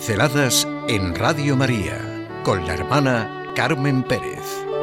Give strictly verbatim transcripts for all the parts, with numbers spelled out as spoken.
Pinceladas en Radio María con la hermana Carmen Pérez.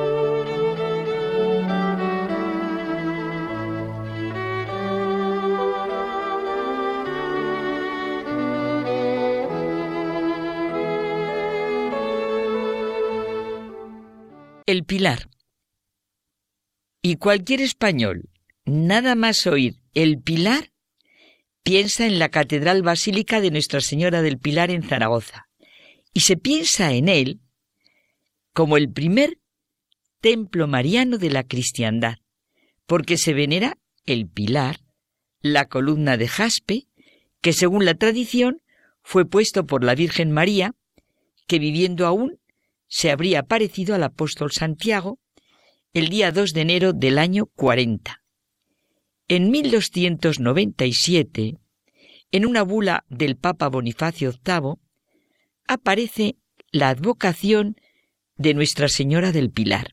El Pilar. Y cualquier español, nada más oír El Pilar, piensa en la Catedral Basílica de Nuestra Señora del Pilar en Zaragoza. Y se piensa en él como el primer templo mariano de la cristiandad, porque se venera el Pilar, la columna de jaspe, que según la tradición fue puesto por la Virgen María, que viviendo aún se habría aparecido al apóstol Santiago el día dos de enero del año cuarenta. En mil doscientos noventa y siete, en una bula del Papa Bonifacio octavo, aparece la advocación de Nuestra Señora del Pilar.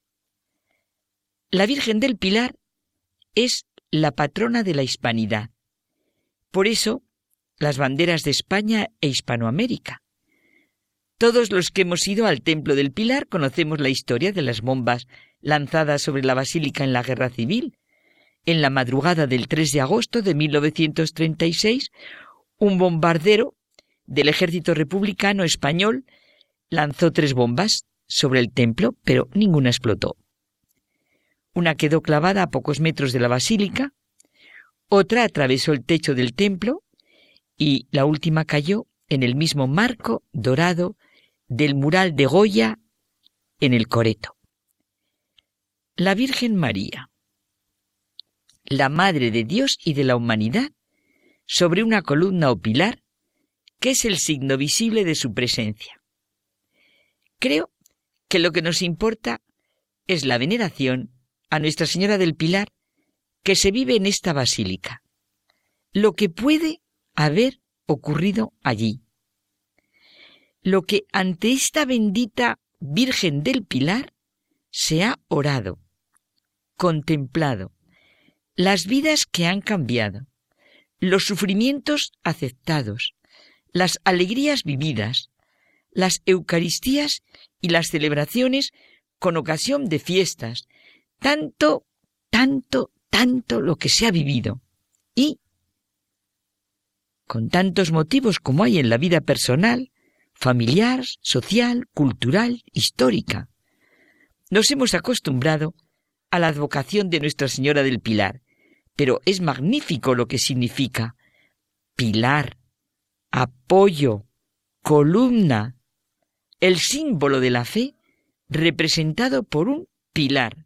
La Virgen del Pilar es la patrona de la hispanidad. Por eso, las banderas de España e Hispanoamérica. Todos los que hemos ido al Templo del Pilar conocemos la historia de las bombas lanzadas sobre la basílica en la Guerra Civil. En la madrugada del tres de agosto de mil novecientos treinta y seis, un bombardero del ejército republicano español lanzó tres bombas sobre el templo, pero ninguna explotó. Una quedó clavada a pocos metros de la basílica, otra atravesó el techo del templo y la última cayó en el mismo marco dorado del mural de Goya en el Coreto. La Virgen María, la Madre de Dios y de la humanidad, sobre una columna o pilar, que es el signo visible de su presencia. Creo que lo que nos importa es la veneración a Nuestra Señora del Pilar que se vive en esta basílica, lo que puede haber ocurrido allí. Lo que ante esta bendita Virgen del Pilar se ha orado, contemplado, las vidas que han cambiado, los sufrimientos aceptados, las alegrías vividas, las Eucaristías y las celebraciones con ocasión de fiestas, tanto, tanto, tanto lo que se ha vivido. Y, con tantos motivos como hay en la vida personal, familiar, social, cultural, histórica, nos hemos acostumbrado a la advocación de Nuestra Señora del Pilar, pero es magnífico lo que significa pilar, apoyo, columna, el símbolo de la fe representado por un pilar.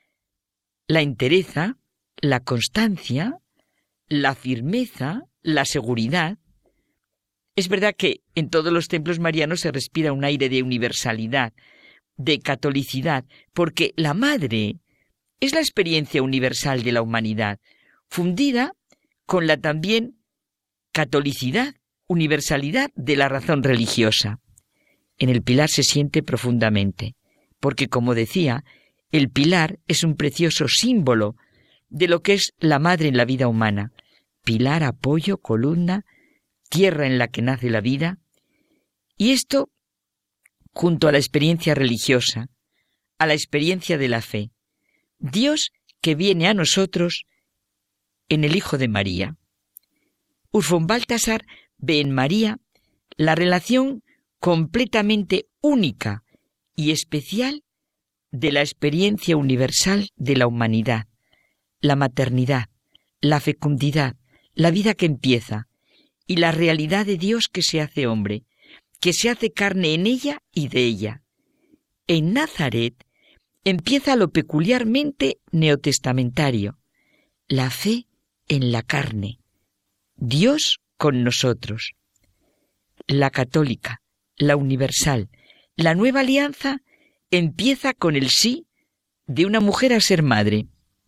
La entereza, la constancia, la firmeza, la seguridad. Es verdad que en todos los templos marianos se respira un aire de universalidad, de catolicidad, porque la Madre es la experiencia universal de la humanidad, fundida con la también catolicidad, universalidad de la razón religiosa. En el pilar se siente profundamente, porque, como decía, el pilar es un precioso símbolo de lo que es la Madre en la vida humana. Pilar, apoyo, columna, tierra en la que nace la vida. Y esto, junto a la experiencia religiosa, a la experiencia de la fe. Dios que viene a nosotros en el Hijo de María. Urs von Balthasar ve en María la relación completamente única y especial de la experiencia universal de la humanidad, la maternidad, la fecundidad, la vida que empieza y la realidad de Dios que se hace hombre, que se hace carne en ella y de ella. En Nazaret empieza lo peculiarmente neotestamentario, la fe en la carne, Dios con nosotros. La católica, la universal, la nueva alianza empieza con el sí de una mujer a ser madre.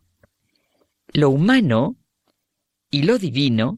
Lo humano y lo divino,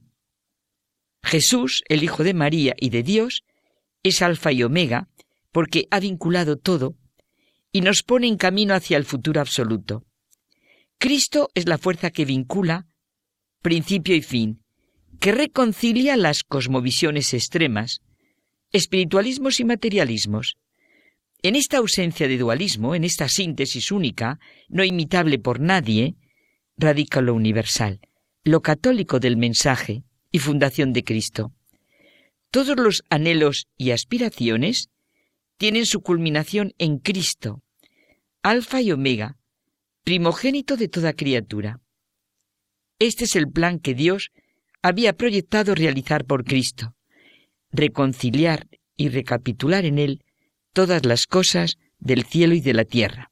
Jesús, el Hijo de María y de Dios, es alfa y omega porque ha vinculado todo y nos pone en camino hacia el futuro absoluto. Cristo es la fuerza que vincula principio y fin, que reconcilia las cosmovisiones extremas, espiritualismos y materialismos. En esta ausencia de dualismo, en esta síntesis única, no imitable por nadie, radica lo universal, lo católico del mensaje y fundación de Cristo. Todos los anhelos y aspiraciones tienen su culminación en Cristo, alfa y omega, primogénito de toda criatura. Este es el plan que Dios había proyectado realizar por Cristo, reconciliar y recapitular en Él todas las cosas del cielo y de la tierra.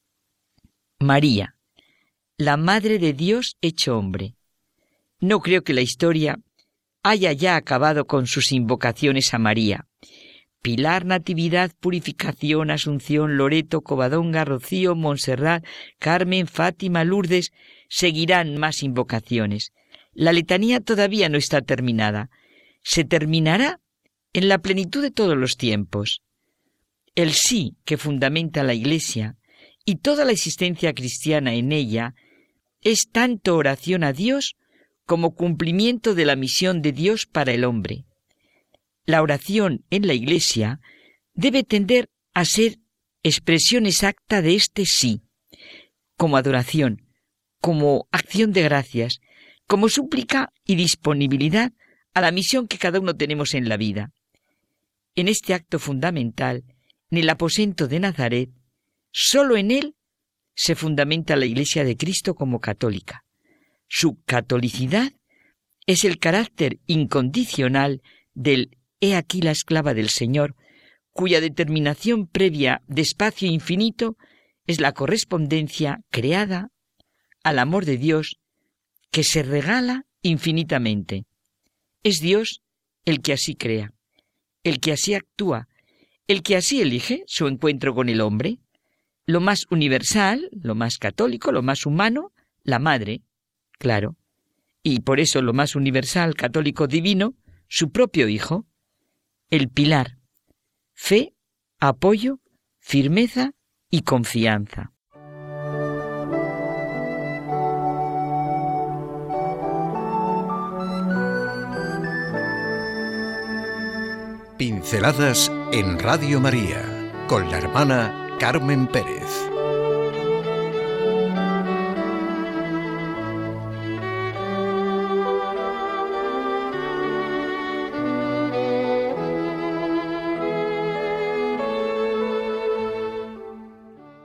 María, la Madre de Dios hecho hombre. No creo que la historia haya ya acabado con sus invocaciones a María. Pilar, Natividad, Purificación, Asunción, Loreto, Covadonga, Rocío, Montserrat, Carmen, Fátima, Lourdes, seguirán más invocaciones. La letanía todavía no está terminada. Se terminará en la plenitud de todos los tiempos. El sí que fundamenta la Iglesia y toda la existencia cristiana en ella es tanto oración a Dios como cumplimiento de la misión de Dios para el hombre. La oración en la Iglesia debe tender a ser expresión exacta de este sí, como adoración, como acción de gracias, como súplica y disponibilidad a la misión que cada uno tenemos en la vida. En este acto fundamental, en el aposento de Nazaret, solo en él se fundamenta la Iglesia de Cristo como católica. Su catolicidad es el carácter incondicional del «He aquí la esclava del Señor», cuya determinación previa de espacio infinito es la correspondencia creada al amor de Dios que se regala infinitamente. Es Dios el que así crea, el que así actúa, el que así elige su encuentro con el hombre. Lo más universal, lo más católico, lo más humano, la Madre, claro. Y por eso lo más universal, católico, divino, su propio Hijo, el pilar, fe, apoyo, firmeza y confianza. Pinceladas en Radio María con la hermana Carmen Pérez.